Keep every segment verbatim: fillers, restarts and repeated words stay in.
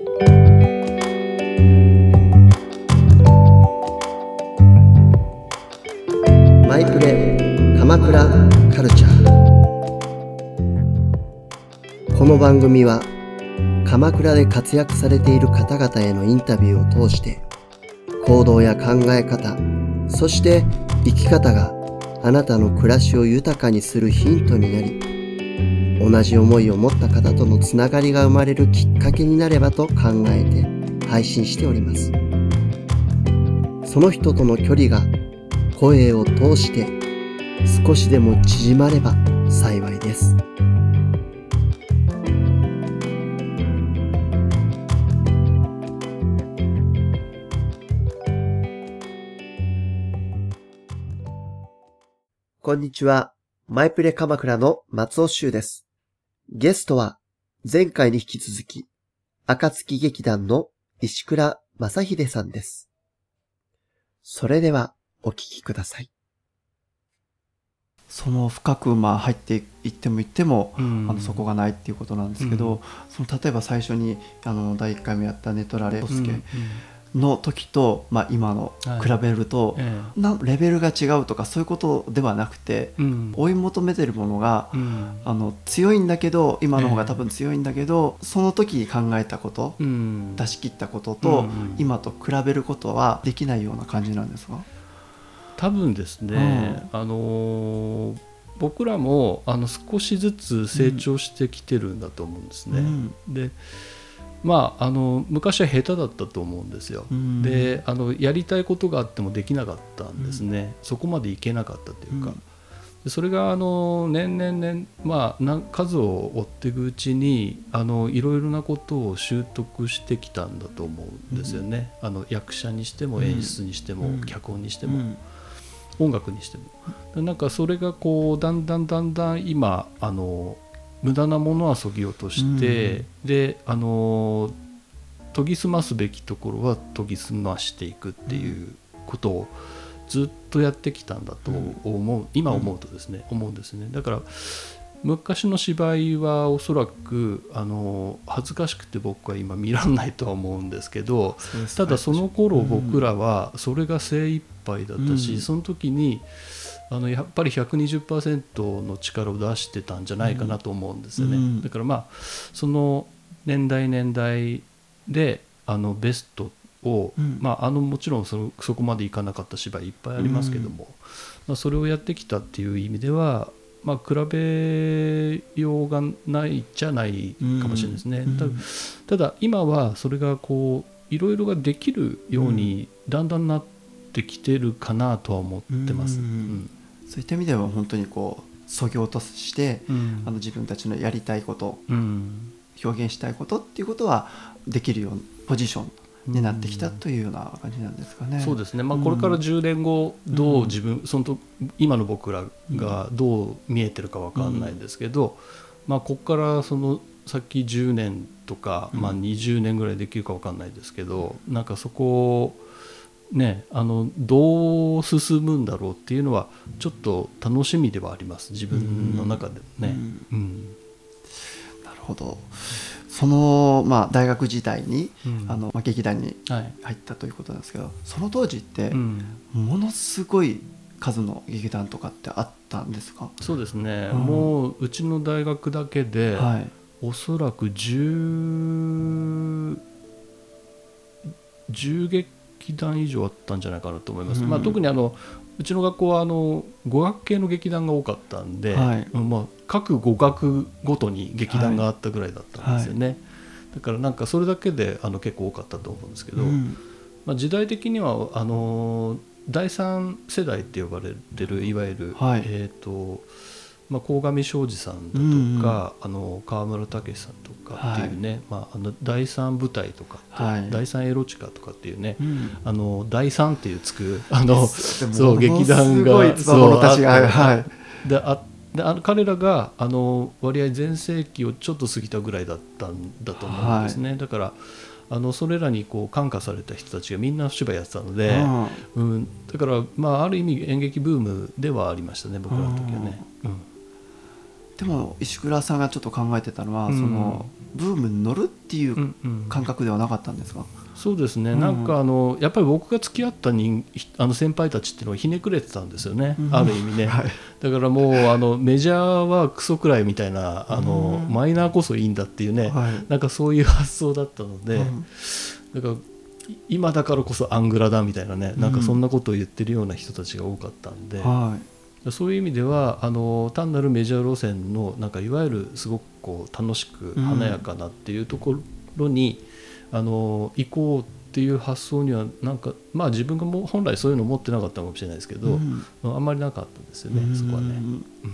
マイプレ鎌倉カルチャー。この番組は鎌倉で活躍されている方々へのインタビューを通して行動や考え方、そして生き方があなたの暮らしを豊かにするヒントになり、同じ思いを持った方とのつながりが生まれるきっかけになればと考えて配信しております。その人との距離が声を通して少しでも縮まれば幸いです。こんにちは。マイプレ鎌倉の松尾修です。ゲストは前回に引き続き、暁劇団の石倉正秀さんです。それではお聞きください。 その深くまあ入っていってもいっても、 うん、 あのそこがないっていうことなんですけど、うん、その例えば最初にあのだいいっかいめやったネトラレトスケの時と、まあ、今の比べると、はいええ、なレベルが違うとかそういうことではなくて、うん、追い求めてるものが、うん、あの強いんだけど今の方が多分強いんだけど、ええ、その時考えたこと、うん、出し切ったことと、うん、今と比べることはできないような感じなんですか？ 多分ですね、うん、あの僕らもあの少しずつ成長してきてるんだと思うんですね、うん、でまあ、あの昔は下手だったと思うんですよ、うん、であのやりたいことがあってもできなかったんですね、うん、そこまでいけなかったというか、うん、でそれがあの年々年、まあ、数を追っていくうちにあのいろいろなことを習得してきたんだと思うんですよね、うん、あの役者にしても演出にしても、うん、脚本にしても、うん音楽にしてもなんかそれがこうだんだんだんだん今あの無駄なものはそぎ落として、うん、であの研ぎ澄ますべきところは研ぎ澄ましていくっていうことをずっとやってきたんだと思う、うん、今思うとですね、うん、思うんですね。だから昔の芝居はおそらくあの恥ずかしくて僕は今見らんないとは思うんですけど、ただその頃僕らはそれが精一杯だったし、うん、その時にあのやっぱり ひゃくにじゅっパーセント の力を出してたんじゃないかなと思うんですよね、うん、だからまあその年代年代であのベストを、うんまあ、あのもちろん そ, そこまでいかなかった芝居いっぱいありますけども、うんまあ、それをやってきたっていう意味ではまあ、比べようがないじゃないかもしれないですね、うん、た, ただ今はそれがこういろいろができるようにだんだんなってきてるかなとは思ってます、うんうん、 そういった意味では本当にこうそぎ落として、うん、あの自分たちのやりたいこと、うん、表現したいことっていうことはできるようなポジションになってきたというような感じなんですかね。 そうですね、まあ、これからじゅうねんごどう自分、うん、そのと今の僕らがどう見えてるか分かんないんですけど、うんまあ、ここからその先じゅうねんとか、まあ、にじゅうねんぐらいできるか分かんないですけど、うん、なんかそこをね、あのどう進むんだろうっていうのはちょっと楽しみではあります自分の中でね、うんうんうん、 なるほど。その、まあ、大学時代に、うんあのまあ、劇団に入ったということなんですけど、はい、その当時ってものすごい数の劇団とかってあったんですか？ そうですね、うん、もううちの大学だけで、はい、おそらくじゅう、じゅう劇団以上あったんじゃないかなと思います、うんまあ、特にあのうちの学校はあの語学系の劇団が多かったんで、はいまあ、各語学ごとに劇団があったぐらいだったんですよね、はいはい、だからなんかそれだけであの結構多かったと思うんですけど、うんまあ、時代的にはあのだいさん世代って呼ばれてるいわゆる、はいえーとまあ、鴻上尚史さんだとか、うんうん、あの川村武さんとかっていうね、はいまあ、あのだいさん舞台とか、はい、だいさんエロチカとかっていうね、うん、あのだいさんっていうつくあのそう劇団がすごいたちがはいであであの彼らがあの割合全盛期をちょっと過ぎたぐらいだったんだと思うんですね、はい、だからあのそれらにこう感化された人たちがみんな芝居やってたので、うん、だから、まあ、ある意味演劇ブームではありましたね僕らの時はね、うん、 でも石倉さんがちょっと考えてたのは、うん、そのブームに乗るっていう感覚ではなかったんですか？ そうですね、うん、なんかあのやっぱり僕が付き合った人あの先輩たちっていうのはひねくれてたんですよね、うん、ある意味ね、はい、だからもうあのメジャーはクソくらいみたいなあの、うん、マイナーこそいいんだっていうね、はい、なんかそういう発想だったので、うん、だから今だからこそアングラだみたいなね、なんかそんなことを言ってるような人たちが多かったんで、うんはい、そういう意味ではあの単なるメジャー路線のなんかいわゆるすごくこう楽しく華やかなっていうところに、うん、あの行こうっていう発想にはなんか、まあ、自分がも本来そういうの持ってなかったかもしれないですけど、うん、あんまりなかったんですよね、うん、そこはね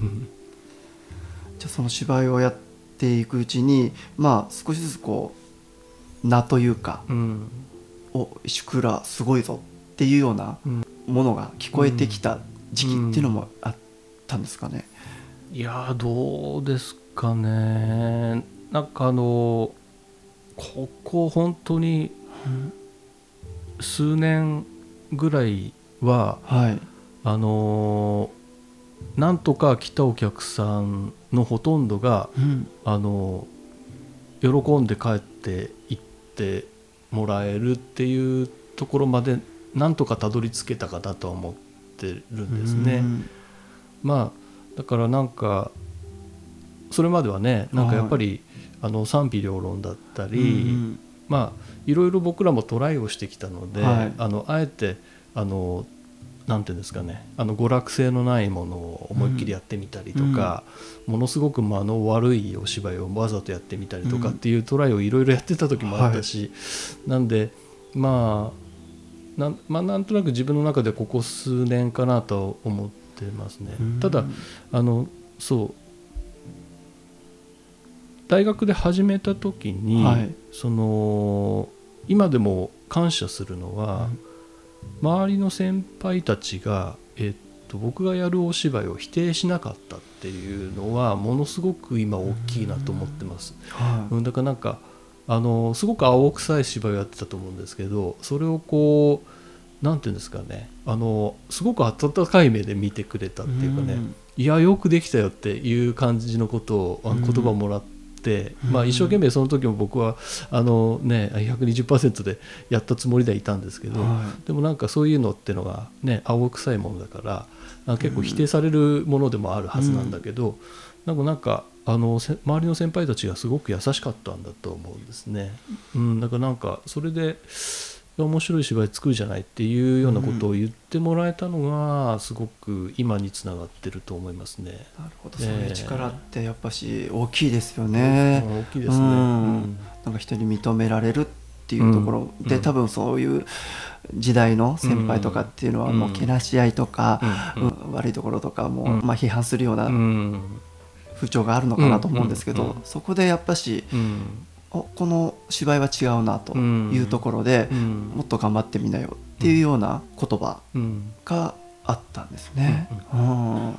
じゃあその芝居をやっていくうちに、まあ、少しずつこう名というか、うんお石倉すごいぞっていうようなものが聞こえてきた時期っていうのもあったんですかね？ うんうん、いやどうですかね、なんかあのここ本当に数年ぐらいは、はい、あのなんとか来たお客さんのほとんどが、うん、あの喜んで帰って行ってもらえるっていうところまでなんとかたどり着けたかなとは思ってるんですね。まあだからなんかそれまではねなんかやっぱりあの賛否両論だったり、まあいろいろ僕らもトライをしてきたので、はい、あのあえてあのなんていうんですかね、あの娯楽性のないものを思いっきりやってみたりとか、うん、ものすごく間の悪いお芝居をわざとやってみたりとかっていうトライをいろいろやってた時もあったし、うんはい、なんでまあな、まあ、なんとなく自分の中でここ数年かなと思ってますね。ただあのそう大学で始めた時に、はい、その今でも感謝するのは、うん周りの先輩たちが、えっと、僕がやるお芝居を否定しなかったっていうのはものすごく今大きいなと思ってます、はい、だからなんかあのすごく青臭い芝居をやってたと思うんですけどそれをこうなんていうんですかねあのすごく温かい目で見てくれたっていうかねいやよくできたよっていう感じのことをあの言葉をもらってまあ、一生懸命その時も僕はあの、ね、ひゃくにじゅっパーセント でやったつもりではいたんですけど、はい、でもなんかそういうのってのが、ね、青臭いものだから結構否定されるものでもあるはずなんだけど、うん、なんかなんかあの周りの先輩たちがすごく優しかったんだと思うんですね、うん、だからなんかそれで面白い芝居作るじゃないっていうようなことを言ってもらえたのがすごく今につながってると思いますね。 なるほど、そういう力ってやっぱし大きいですよね。 大きいですね、うん、 なんか人に認められるっていうところで、うん、多分そういう時代の先輩とかっていうのはもうけなし合いとか、うんうん、悪いところとかも、まあ、批判するような風潮があるのかなと思うんですけど、そこでやっぱし、この芝居は違うなというところで、うん、もっと頑張ってみなよっていうような言葉があったんですね、うんうん、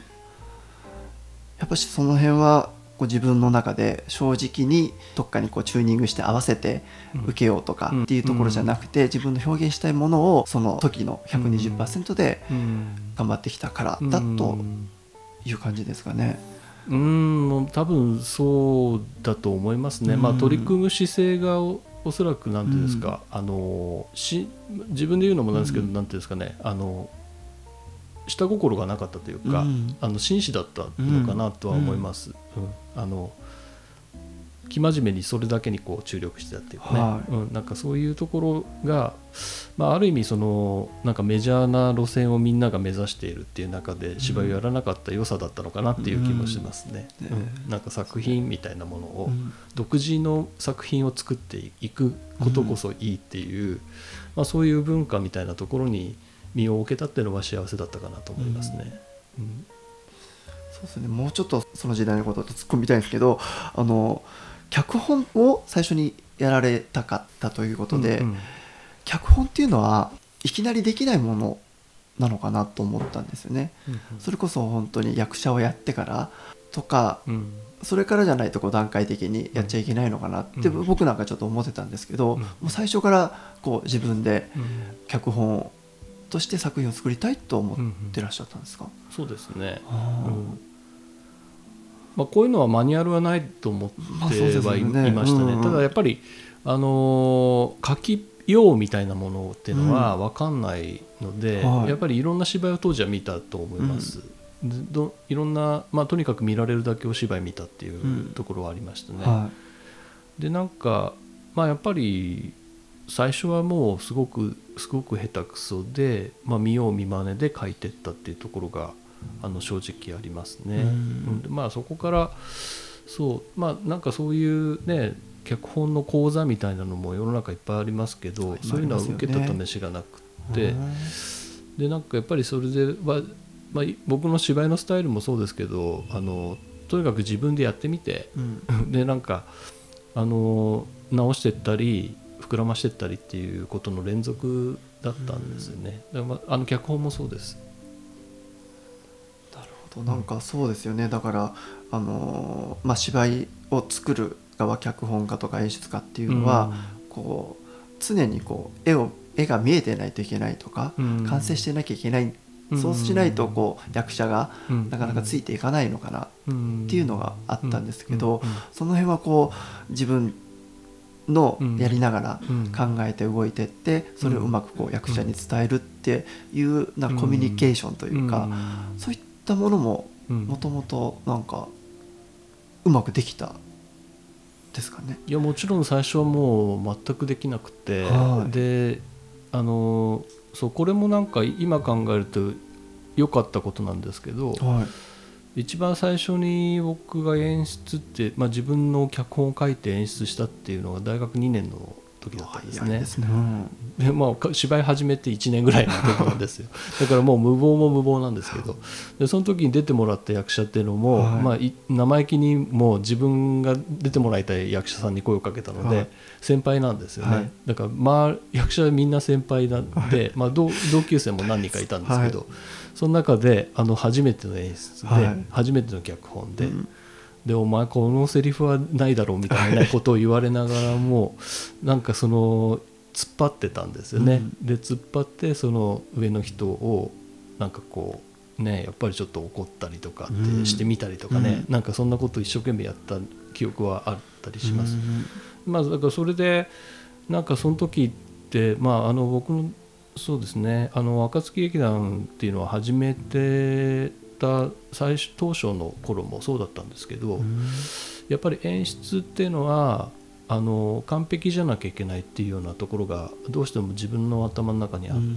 やっぱしその辺はこう自分の中で正直にどっかにこうチューニングして合わせて受けようとかっていうところじゃなくて、自分の表現したいものをその時の ひゃくにじゅっパーセント で頑張ってきたからだという感じですかね。 うーん多分そうだと思いますね、うんまあ、取り組む姿勢が お, おそらくなんていうんですか、うん、あのし自分で言うのもなんですけど、うん、なんていうんですかねあの下心がなかったというか、うん、あの真摯だったのかなとは思います、うんうん、あの生真面目にそれだけにこう注力してたっていうかね、はいうん、なんかそういうところが、まあ、ある意味そのなんかメジャーな路線をみんなが目指しているっていう中で芝居をやらなかった良さだったのかなっていう気もしますね、うんうん、なんか作品みたいなものを、うん、独自の作品を作っていくことこそいいっていう、まあ、そういう文化みたいなところに身を置けたっていうのは幸せだったかなと思いますね、うんうん、 そうですね。もうちょっとその時代のことを突っ込みたいんですけど、あの脚本を最初にやられたかったということで、うんうん、脚本っていうのはいきなりできないものなのかなと思ったんですよね、うんうん、それこそ本当に役者をやってからとか、うん、それからじゃないとこう段階的にやっちゃいけないのかなって僕なんかちょっと思ってたんですけど、うん、もう最初からこう自分で脚本として作品を作りたいと思ってらっしゃったんですか？ うんうん、そうですね、 まあ、こういうのはマニュアルはないと思ってはいましたね。ただやっぱり、あのー、書きようみたいなものっていうのは分かんないので、うんはい、やっぱりいろんな芝居を当時は見たと思います、うん、どいろんな、まあ、とにかく見られるだけお芝居見たっていうところはありましたね、うんはい、でなんか、まあ、やっぱり最初はもうすごくすごく下手くそで、まあ、見よう見まねで書いてったっていうところがあの正直ありますね、うんうん、まあそこからそうまあなんかそういうね脚本の講座みたいなのも世の中いっぱいありますけど、そういうのは受けた試しがなくて、でなんかやっぱりそれでは、まあ、僕の芝居のスタイルもそうですけど、あのとにかく自分でやってみて、うん、でなんかあの直していったり膨らましていったりっていうことの連続だったんですよね。だから、まあ、あの脚本もそうです。 なるほど、なんかそうですよね。だからあの、まあ、芝居を作る側脚本家とか演出家っていうのは、うん、こう常にこう絵を絵が見えてないといけないとか、うん、完成してなきゃいけない、うん、そうしないとこう役者がなかなかついていかないのかなっていうのがあったんですけど、うんうん、その辺はこう自分のやりながら考えて動いてって、それをうまくこう役者に伝えるっていうなコミュニケーションというか、そういったものももともとなんかうまくできたですかね。 いやもちろん最初はもう全くできなくて、はい、であのそうこれもなんか今考えると良かったことなんですけど、はい、一番最初に僕が演出って、まあ、自分の脚本を書いて演出したっていうのが大学にねんの時だったんですね。ですね、うん、でまあ、芝居始めていちねんぐらいの時なんですよ。だからもう無謀も無謀なんですけど、でその時に出てもらった役者っていうのも、はい、まあ、生意気にもう自分が出てもらいたい役者さんに声をかけたので、はい、先輩なんですよね、はい、だから、まあ、役者はみんな先輩なんで、はい、まあ、同, 同級生も何人かいたんですけど、はい、その中であの初めての演出で、はい、初めての脚本で、うん、でお前このセリフはないだろうみたいなことを言われながらもなんかその突っ張ってたんですよね、うん、で突っ張ってその上の人をなんかこうねやっぱりちょっと怒ったりとかってしてみたりとかね、うん、なんかそんなことを一生懸命やった記憶はあったりします、うん、まあだからそれでなんかその時ってまああの僕のそうですねあの暁劇団っていうのは始めてた最初当初の頃もそうだったんですけど、やっぱり演出っていうのはあの完璧じゃなきゃいけないっていうようなところがどうしても自分の頭の中にあって、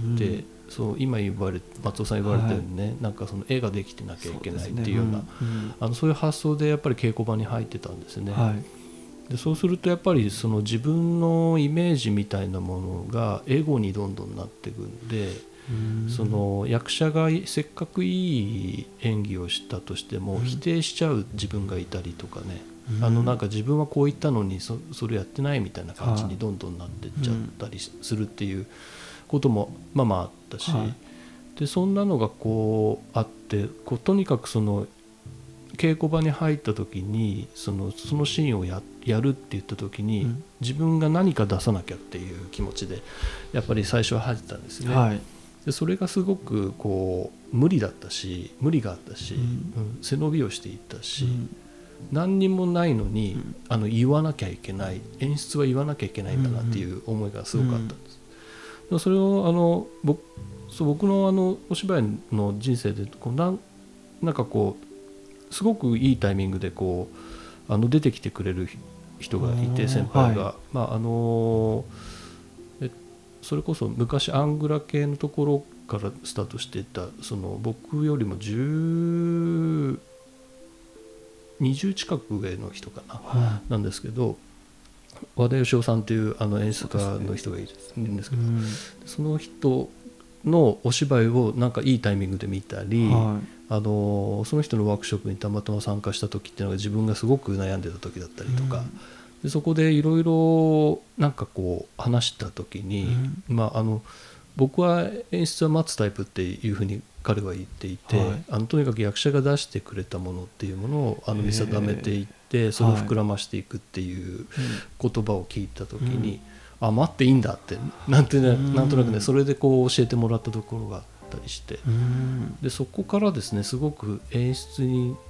そう今言われ松尾さん言われたようにね、はい、なんかその絵ができてなきゃいけないっていうようなそう、ねうん、あのそういう発想でやっぱり稽古場に入ってたんですね、はい、でそうするとやっぱりその自分のイメージみたいなものがエゴにどんどんなっていくんで、その役者がせっかくいい演技をしたとしても否定しちゃう自分がいたりとかね、あのなんか自分はこう言ったのに そ, それやってないみたいな感じにどんどんなってっちゃったりするっていうこともまあまああったし、でそんなのがこうあってこうとにかくその稽古場に入った時にそのそのシーンを や, やるって言った時に、うん、自分が何か出さなきゃっていう気持ちでやっぱり最初は入ってたんですね、はい、でそれがすごくこう無理だったし無理があったし、うんうん、背伸びをしていったし、うん、何にもないのに、うん、あの言わなきゃいけない演出は言わなきゃいけないんだなっていう思いがすごくあったんです、うんうん、それをあの 僕, そう僕の, あのお芝居の人生でこう な, なんかこうすごくいいタイミングでこうあの出てきてくれる人がいて先輩が、はいまああのえそれこそ昔アングラ系のところからスタートしていたその僕よりもじゅう、にじゅう近く上の人かな、はい、なんですけど和田義雄さんというあの演出家の人がいるんですけど そ,、ねうん、その人のお芝居をなんかいいタイミングで見たり、はいあのその人のワークショップにたまたま参加した時っていうのが自分がすごく悩んでた時だったりとか、うん、でそこでいろいろなんかこう話した時に、うんまあ、あの僕は演出は待つタイプっていうふうに彼は言っていて、はい、あのとにかく役者が出してくれたものっていうものをあの見定めていってそれを膨らましていくっていう言葉を聞いた時に、はい、あ待っていいんだってなんて、ね、なんとなくねそれでこう教えてもらったところがたりして、でそこからですねすごく演出に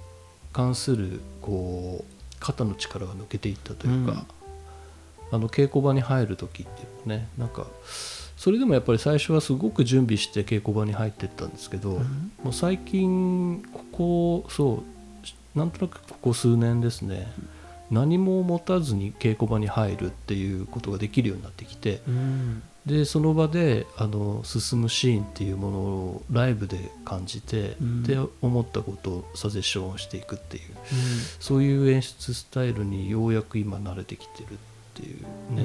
関するこう肩の力が抜けていったというか、うん、あの稽古場に入る時っていうのね、なんかそれでもやっぱり最初はすごく準備して稽古場に入っていったんですけど、うん、もう最近ここそうなんとなくここ数年ですね、うん、何も持たずに稽古場に入るっていうことができるようになってきて、うん、でその場であの進むシーンっていうものをライブで感じて、うん、で思ったことをサジェッションをしていくっていう、うん、そういう演出スタイルにようやく今慣れてきてるっていうね、うん、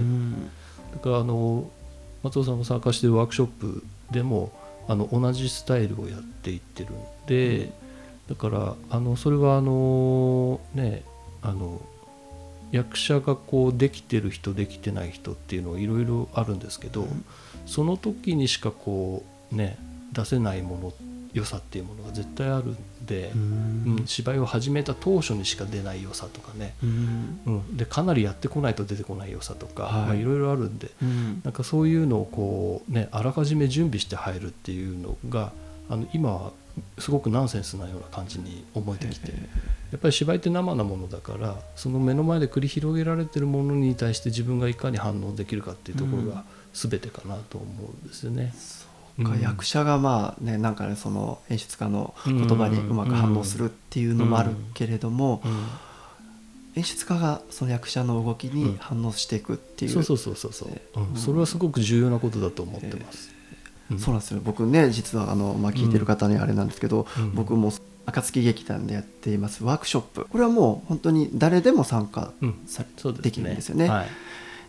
だからあの松尾さんも参加しているワークショップでもあの同じスタイルをやっていってるんで、うん、だからあのそれはあのねあの役者がこうできてる人できてない人っていうのはいろいろあるんですけど、うん、その時にしかこうね出せないもの良さっていうものが絶対あるんで、うんうん、芝居を始めた当初にしか出ない良さとかね、うんうん、でかなりやってこないと出てこない良さとか、はいまあ、いろいろあるんで、うん、なんかそういうのをこうねあらかじめ準備して入るっていうのがあの今はすごくナンセンスなような感じに思えてきて、やっぱり芝居って生なものだからその目の前で繰り広げられてるものに対して自分がいかに反応できるかっていうところが全てかなと思うんですよね、 うん、そうか、うん、役者がまあねなんかねその演出家の言葉にうまく反応するっていうのもあるけれども、うんうんうん、演出家がその役者の動きに反応していくっていう、 うん、そうそうそうそう、うん、それはすごく重要なことだと思ってます、 えーうん、そうなんですよ。僕ね実はあの、まあ、聞いてる方にあれなんですけど、うん、僕も暁劇団でやっていますワークショップ、これはもう本当に誰でも参加さ、うん、できるんですよね、はい、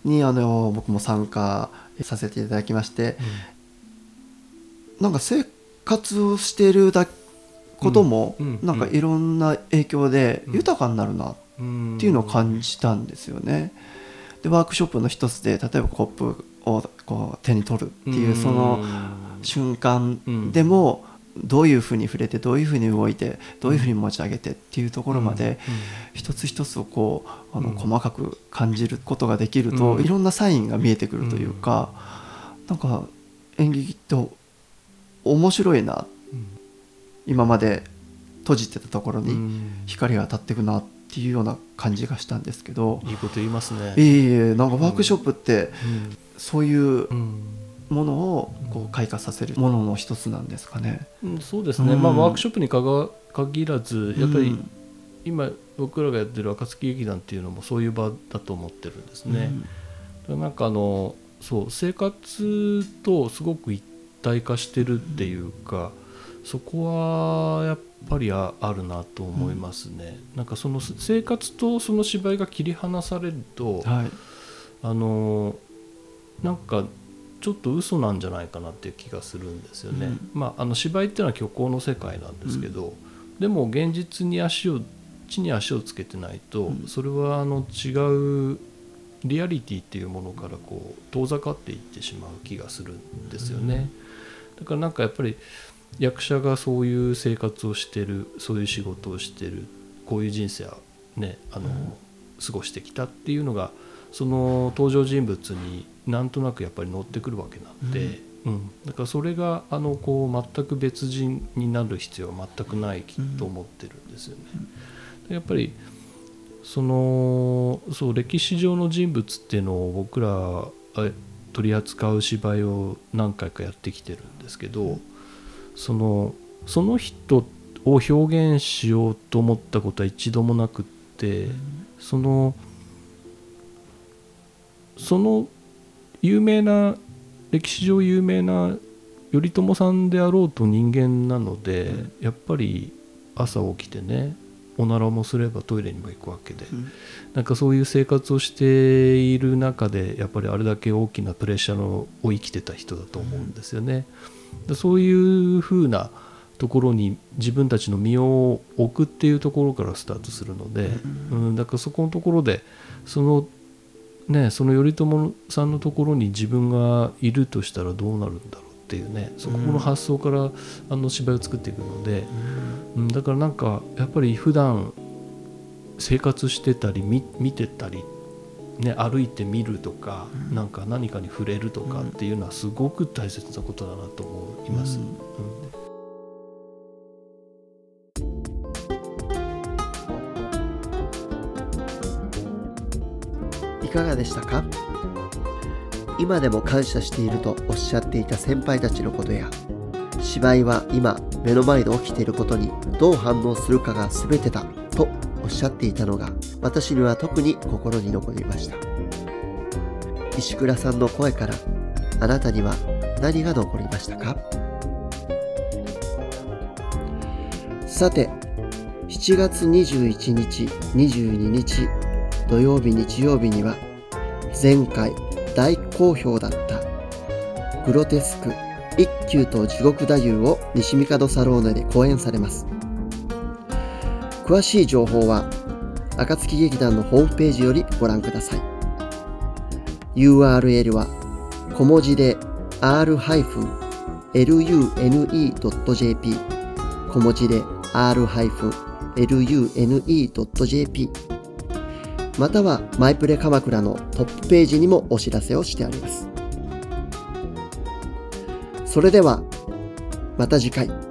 にあの僕も参加させていただきまして、うん、なんか生活をしているだことも、うん、なんかいろんな影響で豊かになるなっていうのを感じたんですよね。でワークショップの一つで例えばコップをこう手に取るっていうその瞬間でもどういうふうに触れてどういうふうに動いてどういうふうに持ち上げてっていうところまで一つ一つをこうあの細かく感じることができるといろんなサインが見えてくるというか、なんか演劇って面白いな、今まで閉じてたところに光が当たっていくなっていうような感じがしたんですけど、 いいこと言いますね。 いいえなんかワークショップってそういうものをこう開花させるものの一つなんですかね。 うん、そうですね、うんまあ、ワークショップに限らずやっぱり今僕らがやってる暁劇団っていうのもそういう場だと思ってるんですね、うん、なんかあのそう生活とすごく一体化してるっていうか、そこはやっぱり あ, あるなと思いますね、うん、なんかその生活とその芝居が切り離されると、はい、あのなんかちょっと嘘なんじゃないかなっていう気がするんですよね、うんまあ、あの芝居っていうのは虚構の世界なんですけど、うん、でも現実に足を地に足をつけてないと、うん、それはあの違うリアリティっていうものからこう遠ざかっていってしまう気がするんですよね、うん、だからなんかやっぱり役者がそういう生活をしてるそういう仕事をしてるこういう人生をねあの、うん、過ごしてきたっていうのがその登場人物になんとなくやっぱり乗ってくるわけなんで、うんうん、だからそれがあのこう全く別人になる必要は全くないと思ってるんですよね、うん、やっぱりそのそう歴史上の人物っていうのを僕ら取り扱う芝居を何回かやってきてるんですけど、その、その人を表現しようと思ったことは一度もなくって、うん、そのその有名な歴史上有名な頼朝さんであろうと人間なので、うん、やっぱり朝起きてねおならもすればトイレにも行くわけで、うん、なんかそういう生活をしている中でやっぱりあれだけ大きなプレッシャーを生きてた人だと思うんですよね、うん、そういう風なところに自分たちの身を置くっていうところからスタートするので、うんうん、だからそこのところでそのね、その頼朝さんのところに自分がいるとしたらどうなるんだろうっていうね、そこの発想からあの芝居を作っていくので、うん、だからなんかやっぱり普段生活してたり 見, 見てたり、ね、歩いてみるとか、うん、なんか何かに触れるとかっていうのはすごく大切なことだなと思います、うんうんいかがでしたか？今でも感謝しているとおっしゃっていた先輩たちのことや、芝居は今目の前で起きていることにどう反応するかが全てだとおっしゃっていたのが、私には特に心に残りました。石倉さんの声からあなたには何が残りましたか？さて、しちがつにじゅういちにち、にじゅうににち土曜日日曜日には前回大好評だったグロテスク一休と地獄太夫を西帝サローネで公演されます。詳しい情報は暁劇団のホームページよりご覧ください。 ユーアールエル は小文字で アールルユネドットジェーピー 小文字で アールルユネドットジェーピー またはマイプレ鎌倉のトップページにもお知らせをしてあります。それではまた次回。